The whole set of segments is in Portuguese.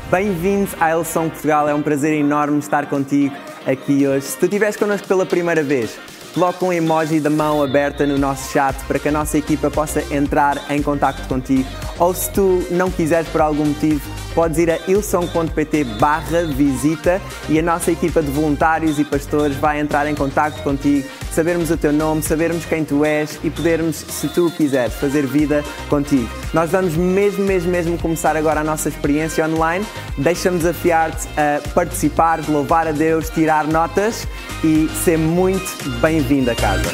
Bem-vindos à Hillsong Portugal, é um prazer enorme estar contigo aqui hoje. Se tu estiveres connosco pela primeira vez, coloca um emoji da mão aberta no nosso chat para que a nossa equipa possa entrar em contacto contigo. Ou se tu não quiseres por algum motivo, podes ir a hillsong.pt/visita e a nossa equipa de voluntários e pastores vai entrar em contacto contigo, sabermos o teu nome, sabermos quem tu és e podermos, se tu quiseres, fazer vida contigo. Nós vamos mesmo começar agora a nossa experiência online. Deixa-me desafiar-te a participar, louvar a Deus, tirar notas e ser muito bem-vindo a casa.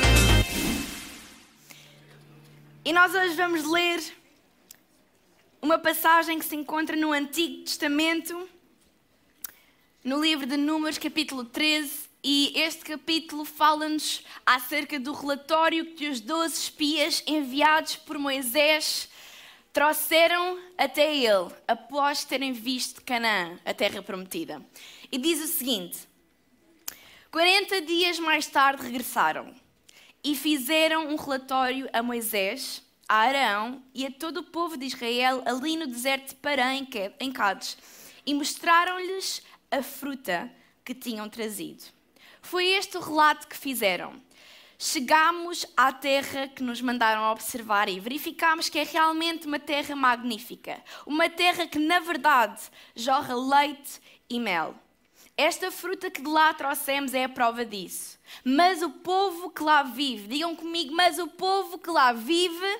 E nós hoje vamos ler uma passagem que se encontra no Antigo Testamento, no livro de Números, capítulo 13, e este capítulo fala-nos acerca do relatório que os 12 espias enviados por Moisés trouxeram até ele, após terem visto Canaã, a terra prometida. E diz o seguinte: 40 dias mais tarde regressaram e fizeram um relatório a Moisés, a Arão e a todo o povo de Israel ali no deserto de Parã, em Cádiz, e mostraram-lhes a fruta que tinham trazido. Foi este o relato que fizeram. Chegámos à terra que nos mandaram observar e verificámos que é realmente uma terra magnífica. Uma terra que, na verdade, jorra leite e mel. Esta fruta que de lá trouxemos é a prova disso. Mas o povo que lá vive, digam comigo, mas o povo que lá vive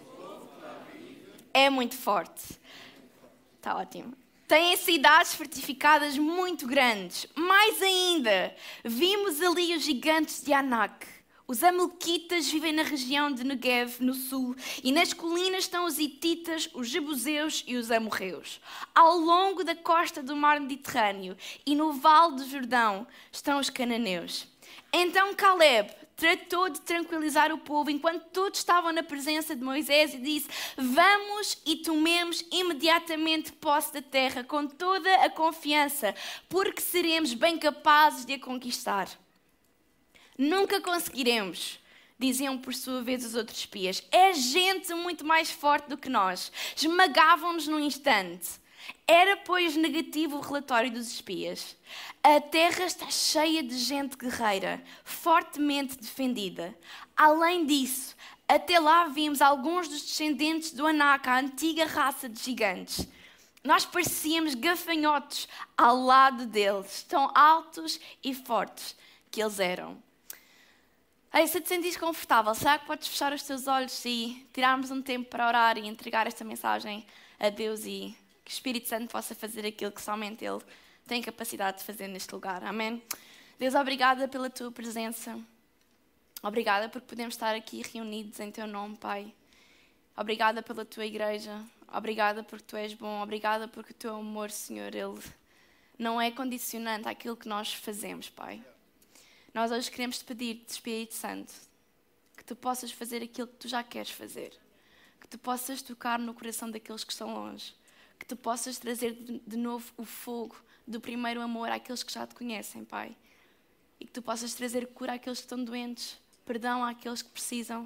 é muito forte. Está ótimo. Têm cidades fortificadas muito grandes. Mais ainda, vimos ali os gigantes de Anak. Os Amalequitas vivem na região de Negev, no sul, e nas colinas estão os Hititas, os Jebuseus e os Amorreus. Ao longo da costa do mar Mediterrâneo e no vale do Jordão estão os cananeus. Então Caleb tratou de tranquilizar o povo enquanto todos estavam na presença de Moisés e disse: vamos e tomemos imediatamente posse da terra com toda a confiança, porque seremos bem capazes de a conquistar. Nunca conseguiremos, diziam por sua vez os outros espias. É gente muito mais forte do que nós. Esmagavam-nos num instante. Era, pois, negativo o relatório dos espias. A terra está cheia de gente guerreira, fortemente defendida. Além disso, até lá vimos alguns dos descendentes do Anak, a antiga raça de gigantes. Nós parecíamos gafanhotos ao lado deles, tão altos e fortes que eles eram. Ei, se te sentires confortável, será que podes fechar os teus olhos e tirarmos um tempo para orar e entregar esta mensagem a Deus e que o Espírito Santo possa fazer aquilo que somente Ele tem capacidade de fazer neste lugar. Amém? Deus, obrigada pela Tua presença. Obrigada porque podemos estar aqui reunidos em Teu nome, Pai. Obrigada pela Tua igreja. Obrigada porque Tu és bom. Obrigada porque o Teu amor, Senhor, Ele não é condicionante àquilo que nós fazemos, Pai. Nós hoje queremos te pedir, Espírito Santo, que Tu possas fazer aquilo que Tu já queres fazer. Que Tu possas tocar no coração daqueles que estão longe. Que Tu possas trazer de novo o fogo do primeiro amor àqueles que já Te conhecem, Pai. E que Tu possas trazer cura àqueles que estão doentes, perdão àqueles que precisam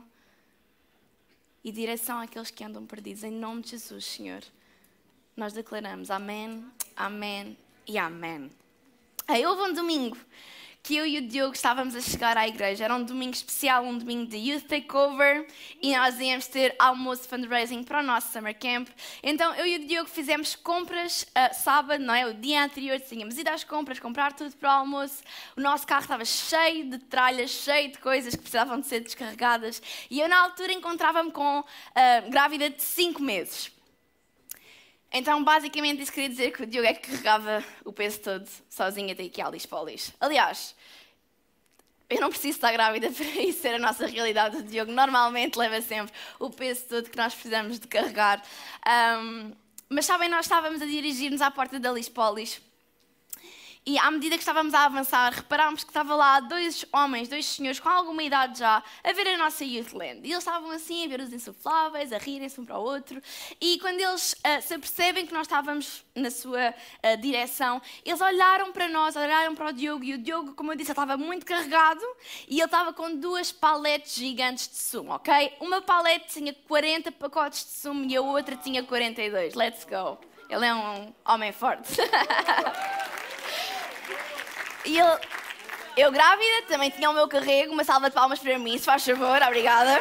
e direção àqueles que andam perdidos. Em nome de Jesus, Senhor, nós declaramos amém, amém e amém. Houve um domingo que eu e o Diogo estávamos a chegar à igreja. Era um domingo especial, um domingo de Youth Takeover, e nós íamos ter almoço fundraising para o nosso Summer Camp. Então eu e o Diogo fizemos compras sábado, não é? O dia anterior tínhamos ido às compras, comprar tudo para o almoço. O nosso carro estava cheio de tralhas, cheio de coisas que precisavam de ser descarregadas. E eu na altura encontrava-me grávida de 5 meses. Então, basicamente, isso queria dizer que o Diogo é que carregava o peso todo sozinho até aqui à Lispolis. Aliás, eu não preciso estar grávida para isso ser a nossa realidade. O Diogo normalmente leva sempre o peso todo que nós precisamos de carregar. Mas sabem, nós estávamos a dirigir-nos à porta da Lispolis. E à medida que estávamos a avançar, reparámos que estava lá 2 homens, 2 senhores com alguma idade já, a ver a nossa Youthland. E eles estavam assim, a ver os insufláveis, a rirem-se um para o outro. E quando eles se apercebem que nós estávamos na sua direção, eles olharam para nós, olharam para o Diogo. E o Diogo, como eu disse, estava muito carregado. E ele estava com 2 paletes gigantes de sumo, ok? Uma palete tinha 40 pacotes de sumo e a outra tinha 42. Let's go! Ele é um homem forte. E eu grávida, também tinha o meu carrego. Uma salva de palmas para mim, se faz favor. Obrigada.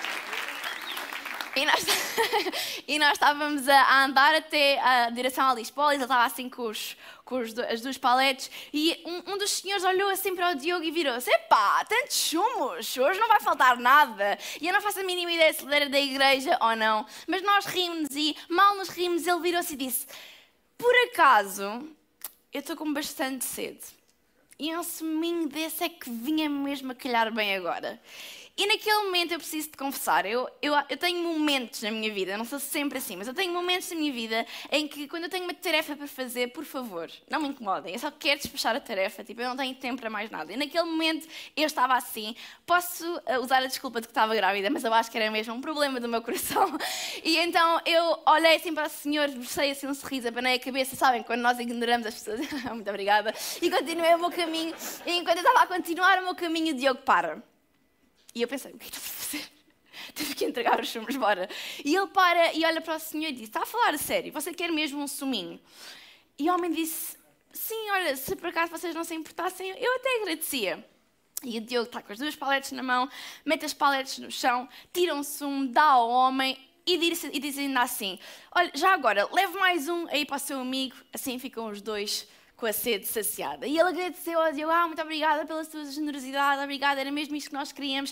E nós estávamos a andar até a direção à Lisboa. Ele estava assim com as duas paletes. E um dos senhores olhou assim para o Diogo e virou-se: epá, tantos chumos, hoje não vai faltar nada. E eu não faço a mínima ideia se ele era da igreja ou não. Mas nós rimos e mal nos rimos ele virou-se e disse: por acaso, eu estou com bastante sede. E um suminho desse é que vinha mesmo a calhar bem agora. E naquele momento eu preciso te confessar, eu tenho momentos na minha vida, não sou sempre assim, mas eu tenho momentos na minha vida em que quando eu tenho uma tarefa para fazer, por favor, não me incomodem, eu só quero despachar a tarefa, tipo, eu não tenho tempo para mais nada. E naquele momento eu estava assim, posso usar a desculpa de que estava grávida, mas eu acho que era mesmo um problema do meu coração. E então eu olhei assim para o Senhor, mostrei assim um sorriso, abanei a cabeça, sabem, quando nós ignoramos as pessoas, muito obrigada, e continuei o meu caminho, e enquanto eu estava a continuar o meu caminho, o Diogo para. E eu pensei: o que é que estou a fazer? Tive que entregar os sumos, bora. E ele para e olha para o Senhor e diz: está a falar a sério? Você quer mesmo um suminho? E o homem disse: sim, olha, se por acaso vocês não se importassem, eu até agradecia. E o Diogo está com as duas paletes na mão, mete as paletes no chão, tira um sumo, dá ao homem e diz ainda assim: olha, já agora, leve mais um aí para o seu amigo, assim ficam os dois com a sede saciada. E ele agradeceu ao Diogo: muito obrigada pela sua generosidade, obrigada, era mesmo isto que nós queríamos.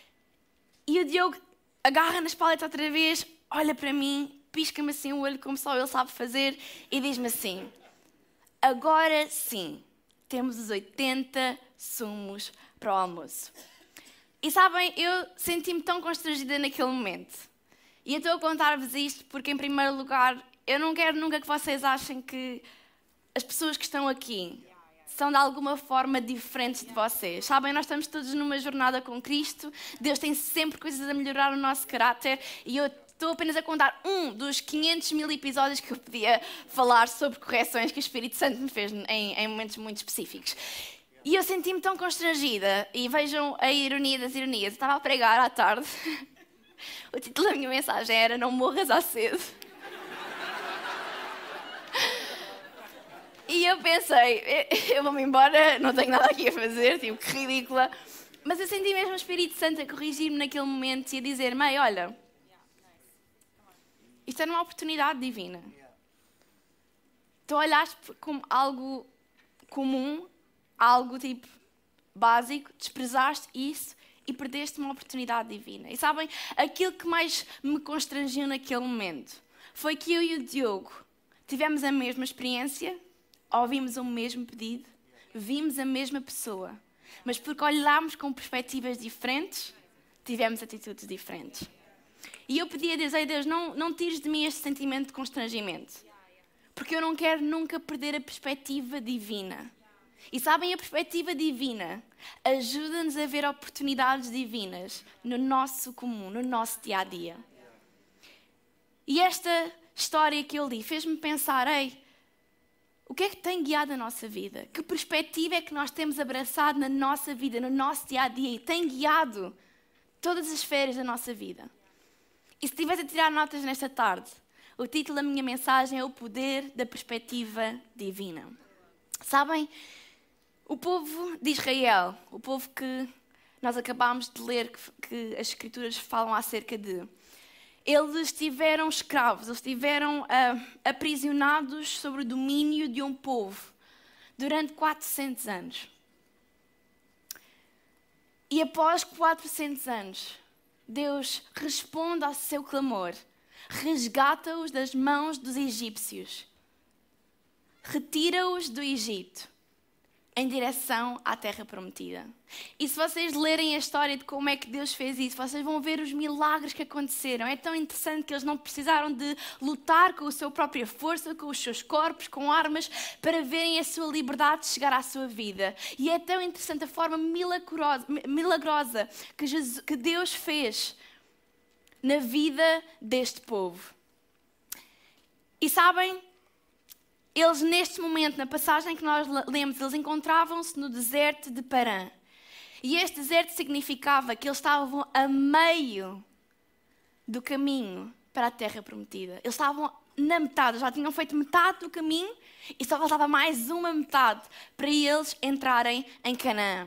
E o Diogo agarra nas paletas outra vez, olha para mim, pisca-me assim o olho como só ele sabe fazer e diz-me assim: agora sim, temos os 80 sumos para o almoço. E sabem, eu senti-me tão constrangida naquele momento. E eu estou a contar-vos isto porque, em primeiro lugar, eu não quero nunca que vocês achem que as pessoas que estão aqui são de alguma forma diferentes de vocês. Sabem, nós estamos todos numa jornada com Cristo. Deus tem sempre coisas a melhorar o nosso caráter. E eu estou apenas a contar um dos 500.000 episódios que eu podia falar sobre correções que o Espírito Santo me fez em momentos muito específicos. E eu senti-me tão constrangida. E vejam a ironia das ironias. Eu estava a pregar à tarde. O título da minha mensagem era: não morras à sede. E eu pensei: eu vou-me embora, não tenho nada aqui a fazer, tipo, que ridícula. Mas eu senti mesmo o Espírito Santo a corrigir-me naquele momento e a dizer-me: olha, isto era uma oportunidade divina. Tu olhaste como algo comum, algo tipo básico, desprezaste isso e perdeste uma oportunidade divina. E sabem, aquilo que mais me constrangiu naquele momento foi que eu e o Diogo tivemos a mesma experiência, ouvimos o mesmo pedido, vimos a mesma pessoa, mas porque olhámos com perspectivas diferentes, tivemos atitudes diferentes. E eu pedi a Deus: ei Deus, não tires de mim este sentimento de constrangimento, porque eu não quero nunca perder a perspectiva divina. E sabem, a perspectiva divina ajuda-nos a ver oportunidades divinas no nosso comum, no nosso dia-a-dia. E esta história que eu li fez-me pensar: ei, o que é que tem guiado a nossa vida? Que perspectiva é que nós temos abraçado na nossa vida, no nosso dia-a-dia, e tem guiado todas as esferas da nossa vida? E se estivesse a tirar notas nesta tarde, o título da minha mensagem é: o poder da perspectiva divina. Sabem, o povo de Israel, o povo que nós acabámos de ler, que as Escrituras falam acerca de, eles estiveram escravos, eles estiveram aprisionados sobre o domínio de um povo durante 400 anos. E após 400 anos, Deus responde ao seu clamor, resgata-os das mãos dos egípcios, retira-os do Egito em direção à terra prometida. E se vocês lerem a história de como é que Deus fez isso, vocês vão ver os milagres que aconteceram. É tão interessante que eles não precisaram de lutar com a sua própria força, com os seus corpos, com armas, para verem a sua liberdade chegar à sua vida. E é tão interessante a forma milagrosa que Deus fez na vida deste povo. E sabem, eles neste momento, na passagem que nós lemos, eles encontravam-se no deserto de Parã. E este deserto significava que eles estavam a meio do caminho para a terra prometida. Eles estavam na metade, já tinham feito metade do caminho e só faltava mais uma metade para eles entrarem em Canaã.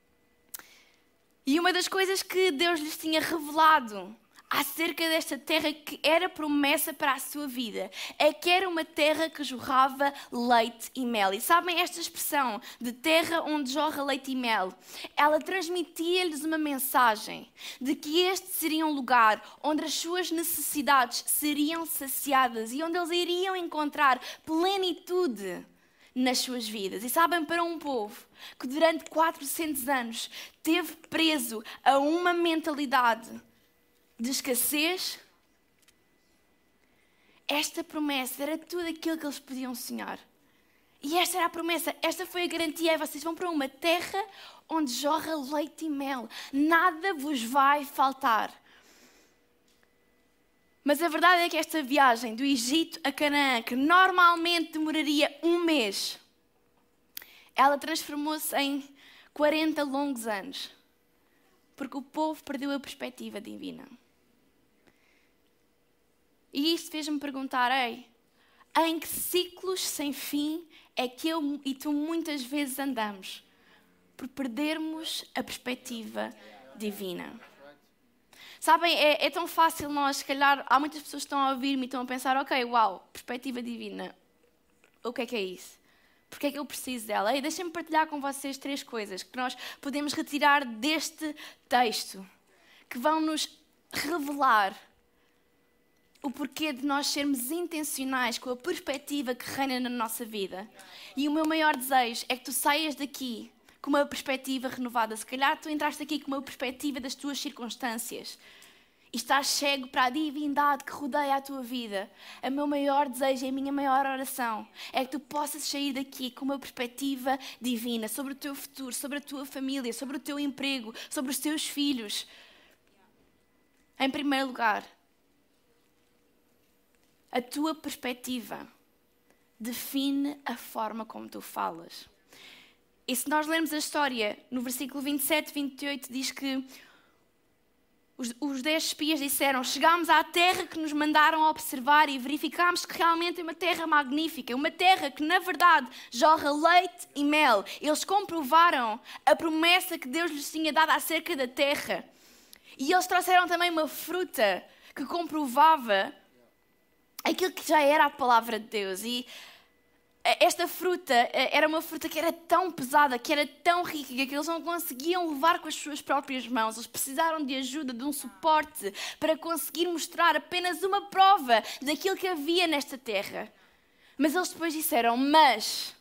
E uma das coisas que Deus lhes tinha revelado acerca desta terra que era promessa para a sua vida é que era uma terra que jorrava leite e mel. E sabem, esta expressão de terra onde jorra leite e mel, ela transmitia-lhes uma mensagem de que este seria um lugar onde as suas necessidades seriam saciadas e onde eles iriam encontrar plenitude nas suas vidas. E sabem, para um povo que durante 400 anos teve preso a uma mentalidade de escassez, esta promessa era tudo aquilo que eles podiam sonhar. E esta era a promessa, esta foi a garantia. Vocês vão para uma terra onde jorra leite e mel. Nada vos vai faltar. Mas a verdade é que esta viagem do Egito a Canaã, que normalmente demoraria um mês, ela transformou-se em 40 longos anos. Porque o povo perdeu a perspectiva divina. E isto fez-me perguntar, em que ciclos sem fim é que eu e tu muitas vezes andamos por perdermos a perspectiva divina? Sabem, é tão fácil nós, se calhar, há muitas pessoas que estão a ouvir-me e estão a pensar, uau, perspectiva divina, o que é isso? Porque é que eu preciso dela? Deixem-me partilhar com vocês 3 coisas que nós podemos retirar deste texto, que vão nos revelar o porquê de nós sermos intencionais com a perspectiva que reina na nossa vida. E o meu maior desejo é que tu saias daqui com uma perspectiva renovada. Se calhar tu entraste aqui com uma perspectiva das tuas circunstâncias e estás cego para a divindade que rodeia a tua vida. O meu maior desejo e a minha maior oração é que tu possas sair daqui com uma perspectiva divina sobre o teu futuro, sobre a tua família, sobre o teu emprego, sobre os teus filhos. Em primeiro lugar, a tua perspectiva define a forma como tu falas. E se nós lermos a história, no versículo 27 e 28 diz que os 10 espias disseram: chegámos à terra que nos mandaram observar e verificámos que realmente é uma terra magnífica, uma terra que na verdade jorra leite e mel. Eles comprovaram a promessa que Deus lhes tinha dado acerca da terra. E eles trouxeram também uma fruta que comprovava aquilo que já era a palavra de Deus. E esta fruta era uma fruta que era tão pesada, que era tão rica, que eles não conseguiam levar com as suas próprias mãos. Eles precisaram de ajuda, de um suporte, para conseguir mostrar apenas uma prova daquilo que havia nesta terra. Mas eles depois disseram: mas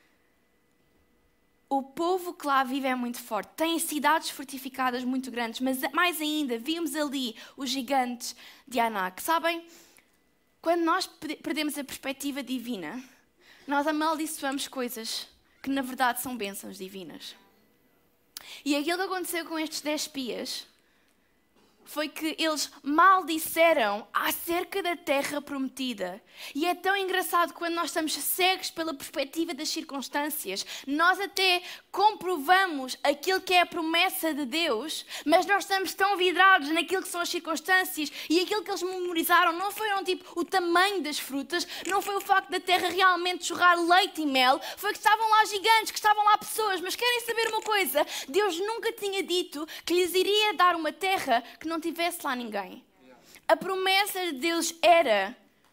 o povo que lá vive é muito forte, tem cidades fortificadas muito grandes, mas mais ainda, vimos ali os gigantes de Anak. Sabem, quando nós perdemos a perspectiva divina, nós amaldiçoamos coisas que na verdade são bênçãos divinas. E aquilo que aconteceu com estes 10 espias foi que eles maldisseram acerca da terra prometida. E é tão engraçado quando nós estamos cegos pela perspectiva das circunstâncias. Nós até comprovamos aquilo que é a promessa de Deus, mas nós estamos tão vidrados naquilo que são as circunstâncias. E aquilo que eles memorizaram não foram tipo o tamanho das frutas, não foi o facto da terra realmente jorrar leite e mel, foi que estavam lá gigantes, que estavam lá pessoas. Mas querem saber uma coisa? Deus nunca tinha dito que lhes iria dar uma terra que não tivesse lá ninguém. A promessa de Deus era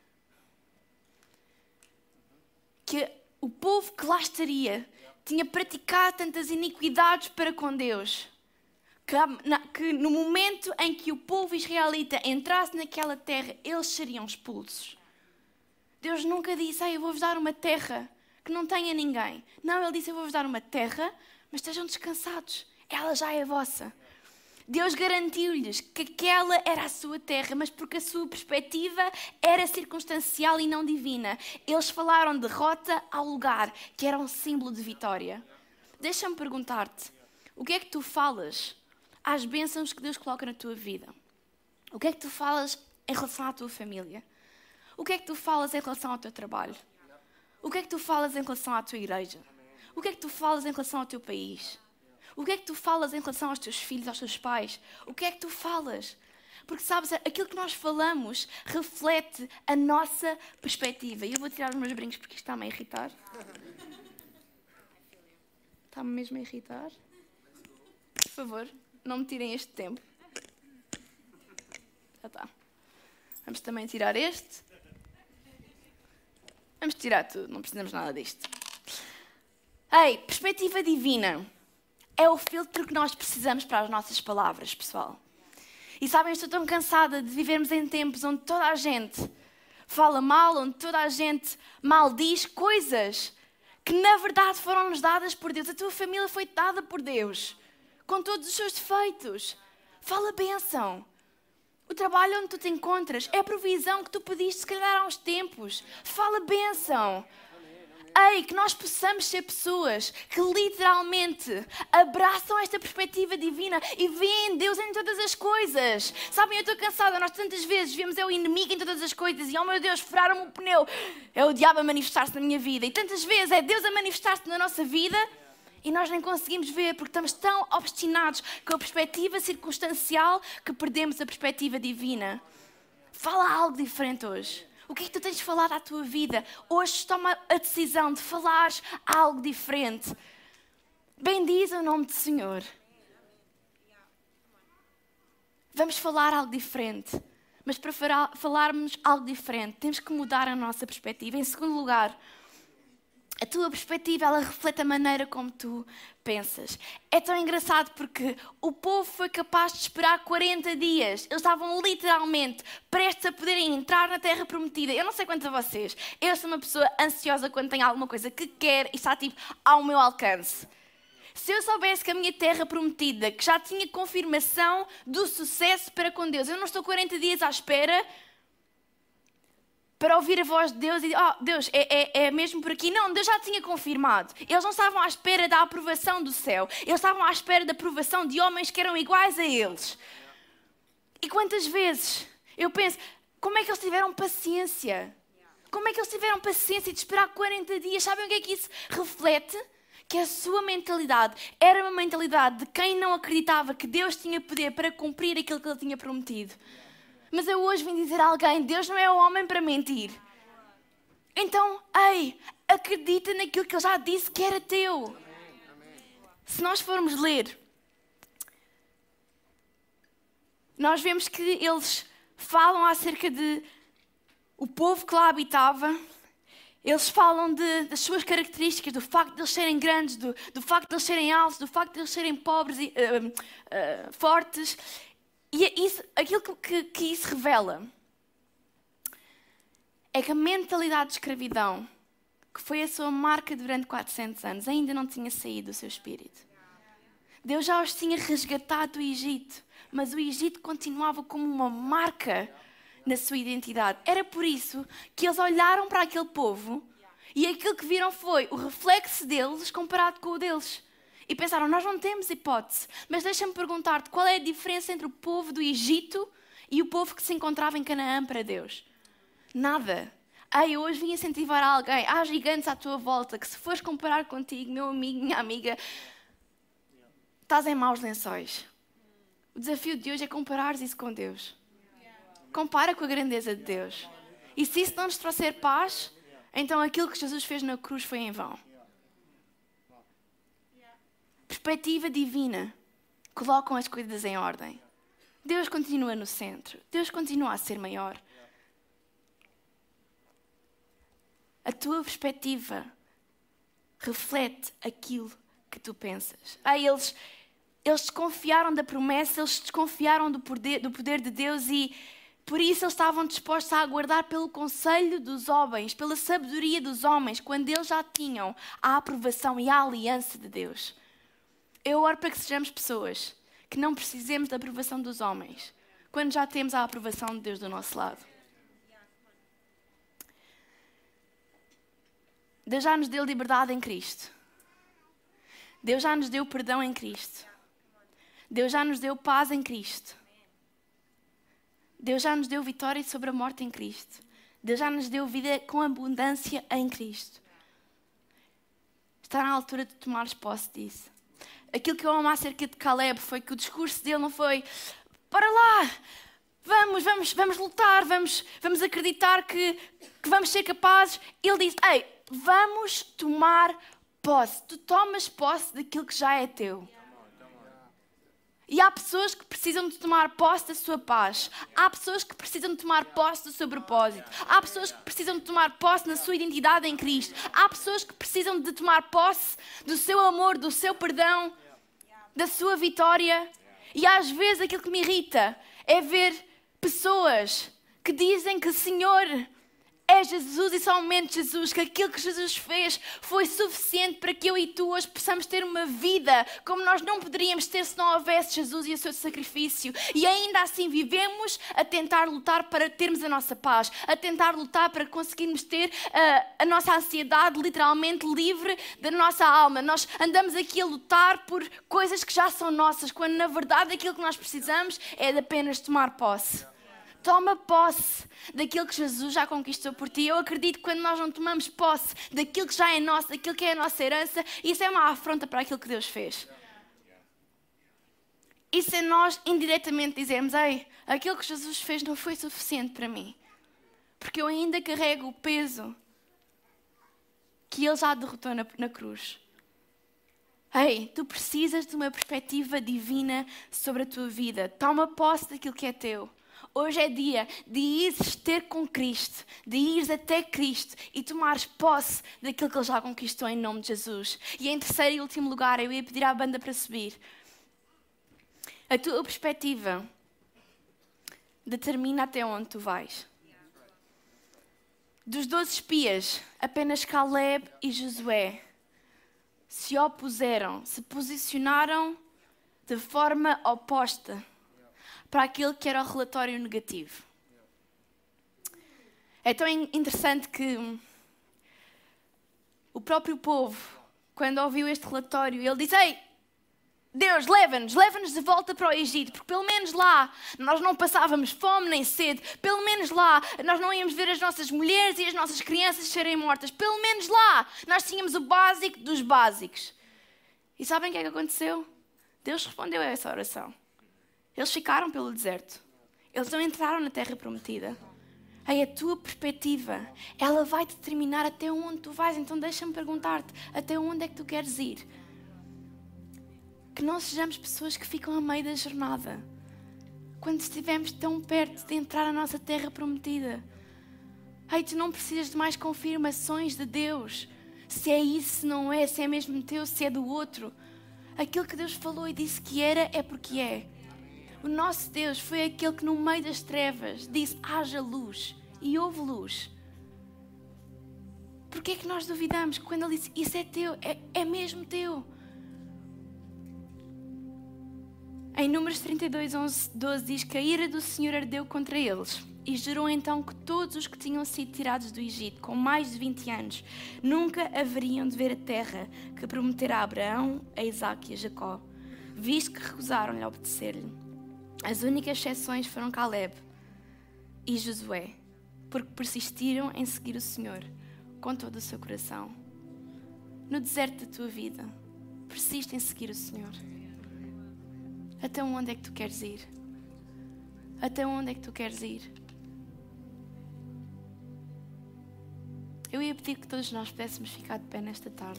que o povo que lá estaria tinha praticado tantas iniquidades para com Deus, que no momento em que o povo israelita entrasse naquela terra, eles seriam expulsos. Deus nunca disse: eu vou-vos dar uma terra que não tenha ninguém. Não, Ele disse: eu vou-vos dar uma terra, mas estejam descansados. Ela já é vossa. Deus garantiu-lhes que aquela era a sua terra, mas porque a sua perspectiva era circunstancial e não divina. Eles falaram de derrota ao lugar, que era um símbolo de vitória. Deixa-me perguntar-te, o que é que tu falas às bênçãos que Deus coloca na tua vida? O que é que tu falas em relação à tua família? O que é que tu falas em relação ao teu trabalho? O que é que tu falas em relação à tua igreja? O que é que tu falas em relação ao teu país? O que é que tu falas em relação aos teus filhos, aos teus pais? O que é que tu falas? Porque, sabes, aquilo que nós falamos reflete a nossa perspectiva. E eu vou tirar os meus brincos porque isto está-me a irritar. Está-me mesmo a irritar. Por favor, não me tirem este tempo. Já está. Vamos também tirar este. Vamos tirar tudo, não precisamos nada disto. Ei, perspectiva divina é o filtro que nós precisamos para as nossas palavras, pessoal. E sabem, eu estou tão cansada de vivermos em tempos onde toda a gente fala mal, onde toda a gente maldiz coisas que na verdade foram-nos dadas por Deus. A tua família foi dada por Deus, com todos os seus defeitos. Fala bênção. O trabalho onde tu te encontras é a provisão que tu pediste, se calhar, há uns tempos. Fala bênção. Ei, que nós possamos ser pessoas que literalmente abraçam esta perspectiva divina e veem Deus em todas as coisas. Sabem, eu estou cansada, nós tantas vezes vemos o inimigo em todas as coisas e, oh meu Deus, furaram-me o pneu. É o diabo a manifestar-se na minha vida. E tantas vezes é Deus a manifestar-se na nossa vida e nós nem conseguimos ver porque estamos tão obstinados com a perspectiva circunstancial que perdemos a perspectiva divina. Fala algo diferente hoje. O que é que tu tens falado à tua vida? Hoje toma a decisão de falar algo diferente. Bendiz o nome do Senhor. Vamos falar algo diferente. Mas para falarmos algo diferente, temos que mudar a nossa perspectiva. Em segundo lugar, a tua perspectiva, ela reflete a maneira como tu pensas. É tão engraçado porque o povo foi capaz de esperar 40 dias. Eles estavam literalmente prestes a poderem entrar na Terra Prometida. Eu não sei quanto a vocês. Eu sou uma pessoa ansiosa quando tenho alguma coisa que quer e está tipo ao meu alcance. Se eu soubesse que a minha Terra Prometida, que já tinha confirmação do sucesso para com Deus, eu não estou 40 dias à espera para ouvir a voz de Deus e Deus, é mesmo por aqui. Não, Deus já tinha confirmado. Eles não estavam à espera da aprovação do céu. Eles estavam à espera da aprovação de homens que eram iguais a eles. E quantas vezes eu penso, como é que eles tiveram paciência? Como é que eles tiveram paciência de esperar 40 dias? Sabem o que é que isso reflete? Que a sua mentalidade era uma mentalidade de quem não acreditava que Deus tinha poder para cumprir aquilo que Ele tinha prometido. Mas eu hoje vim dizer a alguém, Deus não é o homem para mentir. Então, acredita naquilo que Ele já disse que era teu. Se nós formos ler, nós vemos que eles falam acerca de o povo que lá habitava. Eles falam das suas características, do facto de eles serem grandes, do facto de eles serem altos, do facto de eles serem pobres e fortes. E aquilo que isso revela é que a mentalidade de escravidão, que foi a sua marca durante 400 anos, ainda não tinha saído do seu espírito. Deus já os tinha resgatado do Egito, mas o Egito continuava como uma marca na sua identidade. Era por isso que eles olharam para aquele povo e aquilo que viram foi o reflexo deles comparado com o deles. E pensaram, nós não temos hipótese. Mas deixa-me perguntar-te, qual é a diferença entre o povo do Egito e o povo que se encontrava em Canaã para Deus? Nada. Eu hoje vim incentivar alguém. Há gigantes à tua volta que se fores comparar contigo, meu amigo, minha amiga, estás em maus lençóis. O desafio de hoje é comparares isso com Deus. Compara com a grandeza de Deus. E se isso não nos trouxer paz, então aquilo que Jesus fez na cruz foi em vão. Perspectiva divina. Colocam as coisas em ordem. Deus continua no centro. Deus continua a ser maior. A tua perspectiva reflete aquilo que tu pensas. Eles desconfiaram da promessa, eles desconfiaram do poder de Deus e por isso eles estavam dispostos a aguardar pelo conselho dos homens, pela sabedoria dos homens, quando eles já tinham a aprovação e a aliança de Deus. Eu oro para que sejamos pessoas que não precisemos da aprovação dos homens, quando já temos a aprovação de Deus do nosso lado. Deus já nos deu liberdade em Cristo. Deus já nos deu perdão em Cristo. Deus já nos deu paz em Cristo. Deus já nos deu vitória sobre a morte em Cristo. Deus já nos deu vida com abundância em Cristo. Está na altura de tomares posse disso. Aquilo que eu amo acerca de Caleb foi que o discurso dele não foi: bora lá, vamos lutar, vamos acreditar que vamos ser capazes. Ele disse, ei, vamos tomar posse. Tu tomas posse daquilo que já é teu. E há pessoas que precisam de tomar posse da sua paz. Há pessoas que precisam de tomar posse do seu propósito. Há pessoas que precisam de tomar posse na sua identidade em Cristo. Há pessoas que precisam de tomar posse do seu amor, do seu perdão, da sua vitória. E às vezes aquilo que me irrita é ver pessoas que dizem que o Senhor é Jesus e somente Jesus, que aquilo que Jesus fez foi suficiente para que eu e tu hoje possamos ter uma vida como nós não poderíamos ter se não houvesse Jesus e o seu sacrifício. E ainda assim vivemos a tentar lutar para termos a nossa paz, a tentar lutar para conseguirmos ter a nossa ansiedade literalmente livre da nossa alma. Nós andamos aqui a lutar por coisas que já são nossas, quando na verdade aquilo que nós precisamos é de apenas tomar posse. Toma posse daquilo que Jesus já conquistou por ti. Eu acredito que quando nós não tomamos posse daquilo que já é nosso, daquilo que é a nossa herança, isso é uma afronta para aquilo que Deus fez. Isso é nós indiretamente dizermos, ei, aquilo que Jesus fez não foi suficiente para mim. Porque eu ainda carrego o peso que Ele já derrotou na cruz. Ei, tu precisas de uma perspectiva divina sobre a tua vida. Toma posse daquilo que é teu. Hoje é dia de ires ter com Cristo, de ires até Cristo e tomares posse daquilo que Ele já conquistou em nome de Jesus. E em terceiro e último lugar, eu ia pedir à banda para subir. A tua perspectiva determina até onde tu vais. Dos 12 espias, apenas Caleb e Josué se opuseram, se posicionaram de forma oposta para aquilo que era o relatório negativo. É tão interessante que o próprio povo, quando ouviu este relatório, ele disse, ei, Deus, leva-nos de volta para o Egito, porque pelo menos lá nós não passávamos fome nem sede, pelo menos lá nós não íamos ver as nossas mulheres e as nossas crianças serem mortas, pelo menos lá nós tínhamos o básico dos básicos. E sabem o que é que aconteceu? Deus respondeu a essa oração. Eles ficaram pelo deserto. Eles não entraram na terra prometida. Aí a tua perspectiva, ela vai determinar até onde tu vais. Então deixa-me perguntar-te, até onde é que tu queres ir? Que não sejamos pessoas que ficam a meio da jornada. Quando estivermos tão perto de entrar na nossa terra prometida. Ei, tu não precisas de mais confirmações de Deus. Se é isso, se não é, se é mesmo teu, se é do outro. Aquilo que Deus falou e disse que era, é porque é. O nosso Deus foi aquele que no meio das trevas disse, haja luz, e houve luz. Porquê é que nós duvidamos quando Ele disse, isso é teu, é mesmo teu? Em Números 32, 11, 12 diz que a ira do Senhor ardeu contra eles e jurou então que todos os que tinham sido tirados do Egito com mais de 20 anos nunca haveriam de ver a terra que prometera a Abraão, a Isaque e a Jacó, visto que recusaram-lhe a obedecer-lhe. As únicas exceções foram Caleb e Josué, porque persistiram em seguir o Senhor com todo o seu coração. No deserto da tua vida, persiste em seguir o Senhor. Até onde é que tu queres ir? Até onde é que tu queres ir? Eu ia pedir que todos nós pudéssemos ficar de pé nesta tarde.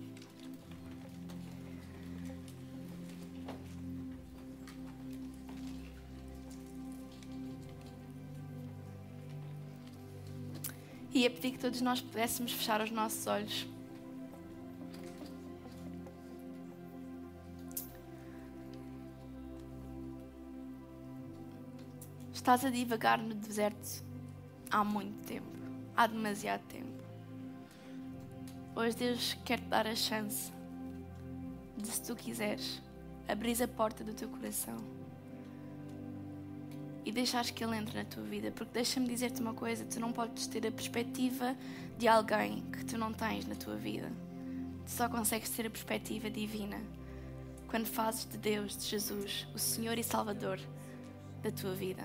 Ia pedir que todos nós pudéssemos fechar os nossos olhos. Estás a divagar no deserto há muito tempo, há demasiado tempo. Hoje Deus quer te dar a chance de, se tu quiseres, abrir a porta do teu coração e deixares que Ele entre na tua vida. Porque deixa-me dizer-te uma coisa, tu não podes ter a perspectiva de alguém que tu não tens na tua vida. Tu só consegues ter a perspectiva divina quando fazes de Deus, de Jesus, o Senhor e Salvador da tua vida.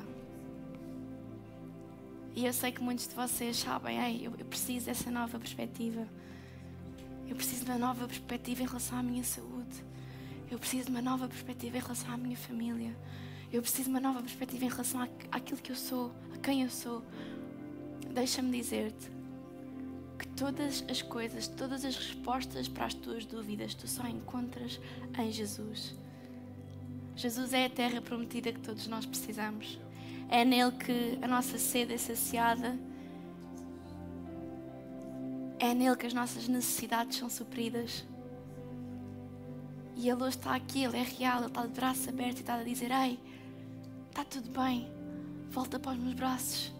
E eu sei que muitos de vocês sabem, ei, eu preciso dessa nova perspectiva. Eu preciso de uma nova perspectiva em relação à minha saúde. Eu preciso de uma nova perspectiva em relação à minha família. Eu preciso de uma nova perspectiva em relação àquilo que eu sou, a quem eu sou. Deixa-me dizer-te que todas as coisas, todas as respostas para as tuas dúvidas, tu só encontras em Jesus. Jesus é a terra prometida que todos nós precisamos. É nele que a nossa sede é saciada. É nele que as nossas necessidades são supridas. E Ele hoje está aqui, Ele é real, Ele está de braços abertos e está a dizer: ei, está tudo bem, volta para os meus braços.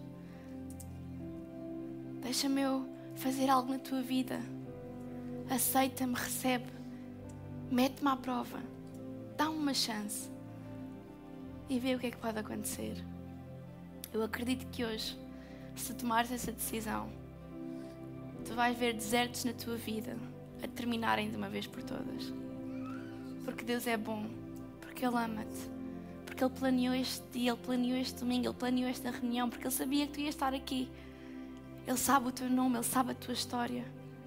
Deixa-me eu fazer algo na tua vida. Aceita-me, recebe, mete-me à prova, dá-me uma chance e vê o que é que pode acontecer. Eu acredito que hoje, se tomares essa decisão, tu vais ver desertos na tua vida a terminarem de uma vez por todas. Porque Deus é bom, porque Ele ama-te, porque Ele planeou este dia, Ele planeou este domingo, Ele planeou esta reunião, porque Ele sabia que tu ias estar aqui. Ele sabe o teu nome, Ele sabe a tua história.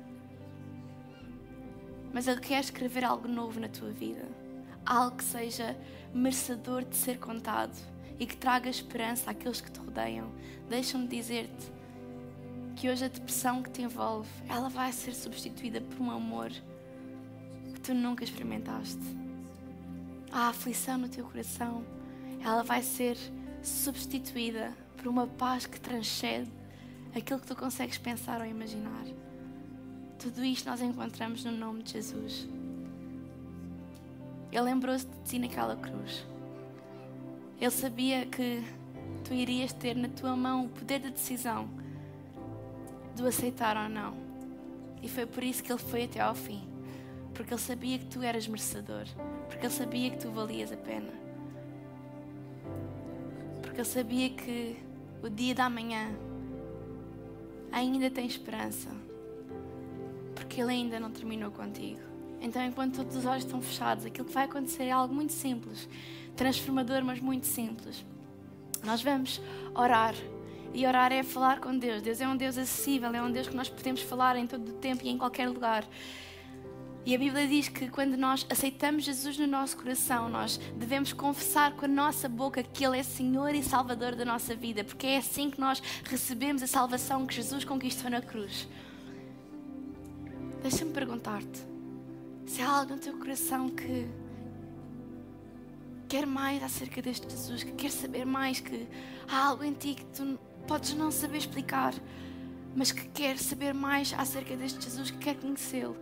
Mas Ele quer escrever algo novo na tua vida. Algo que seja merecedor de ser contado e que traga esperança àqueles que te rodeiam. Deixa-me dizer-te que hoje a depressão que te envolve, ela vai ser substituída por um amor que tu nunca experimentaste. A aflição no teu coração, ela vai ser substituída por uma paz que transcende aquilo que tu consegues pensar ou imaginar. Tudo isto nós encontramos no nome de Jesus. Ele lembrou-se de ti naquela cruz. Ele sabia que tu irias ter na tua mão o poder da decisão de o aceitar ou não. E foi por isso que Ele foi até ao fim. Porque Ele sabia que tu eras merecedor. Porque Ele sabia que tu valias a pena. Porque Ele sabia que o dia da manhã ainda tem esperança. Porque Ele ainda não terminou contigo. Então, enquanto todos os olhos estão fechados, aquilo que vai acontecer é algo muito simples. Transformador, mas muito simples. Nós vamos orar. E orar é falar com Deus. Deus é um Deus acessível, é um Deus que nós podemos falar em todo o tempo e em qualquer lugar. E a Bíblia diz que quando nós aceitamos Jesus no nosso coração, nós devemos confessar com a nossa boca que Ele é Senhor e Salvador da nossa vida, porque é assim que nós recebemos a salvação que Jesus conquistou na cruz. Deixa-me perguntar-te, se há algo no teu coração que quer mais acerca deste Jesus, que quer saber mais, que há algo em ti que tu podes não saber explicar, mas que quer saber mais acerca deste Jesus, que quer conhecê-lo.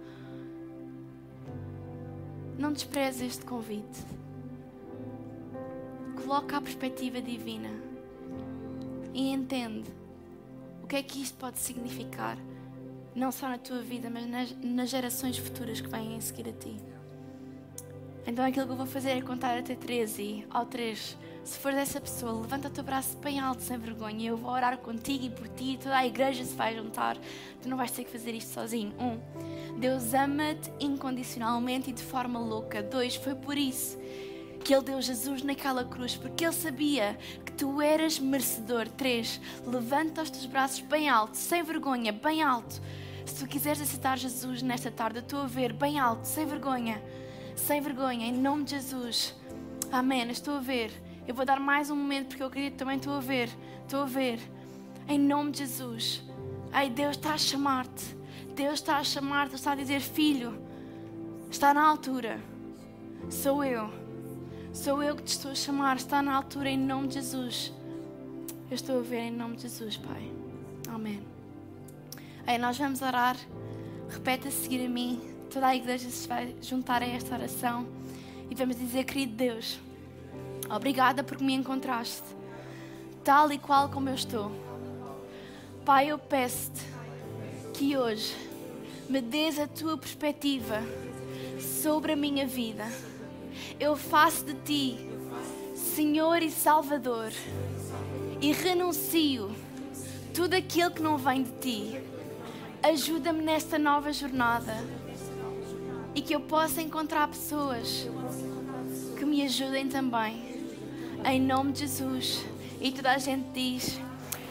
Não despreze este convite. Coloca a perspectiva divina e entende o que é que isto pode significar, não só na tua vida, mas nas gerações futuras que vêm a seguir a ti. Então aquilo que eu vou fazer é contar até 3 e ao 3, se fores essa pessoa, levanta o teu braço bem alto, sem vergonha. Eu vou orar contigo e por ti, toda a igreja se vai juntar. Tu não vais ter que fazer isto sozinho. 1, Deus ama-te incondicionalmente e de forma louca. 2, foi por isso que Ele deu Jesus naquela cruz, porque Ele sabia que tu eras merecedor. 3, levanta os teus braços bem alto, sem vergonha, bem alto. Se tu quiseres aceitar Jesus nesta tarde, eu estou a ver bem alto, sem vergonha, em nome de Jesus. Amém, estou a ver. Eu vou dar mais um momento porque eu acredito que também estou a ver, em nome de Jesus. Ai, Deus está a chamar-te, Deus está a chamar-te, está a dizer: filho, está na altura, sou eu que te estou a chamar, está na altura, em nome de Jesus. Eu estou a ver em nome de Jesus, Pai. Amém. Aí nós vamos orar, repete a seguir a mim, toda a igreja se vai juntar a esta oração e vamos dizer: querido Deus, obrigada porque me encontraste, tal e qual como eu estou. Pai, eu peço-te que hoje me dês a tua perspectiva sobre a minha vida. Eu faço de ti Senhor e Salvador e renuncio tudo aquilo que não vem de ti. Ajuda-me nesta nova jornada e que eu possa encontrar pessoas que me ajudem também. Em nome de Jesus. E toda a gente diz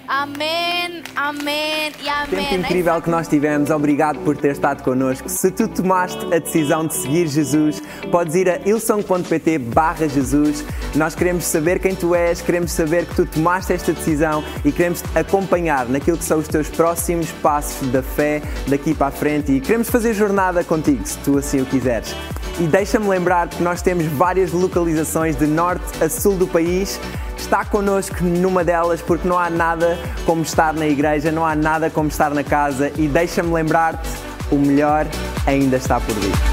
Amém, amém e amém. Tempo incrível que nós tivemos, obrigado por ter estado connosco. Se tu tomaste a decisão de seguir Jesus, podes ir a ilson.pt/Jesus. Nós queremos saber quem tu és, queremos saber que tu tomaste esta decisão e queremos te acompanhar naquilo que são os teus próximos passos da fé daqui para a frente e queremos fazer jornada contigo, se tu assim o quiseres. E deixa-me lembrar que nós temos várias localizações de norte a sul do país. Está connosco numa delas porque não há nada como estar na igreja, não há nada como estar na casa e deixa-me lembrar-te, o melhor ainda está por vir.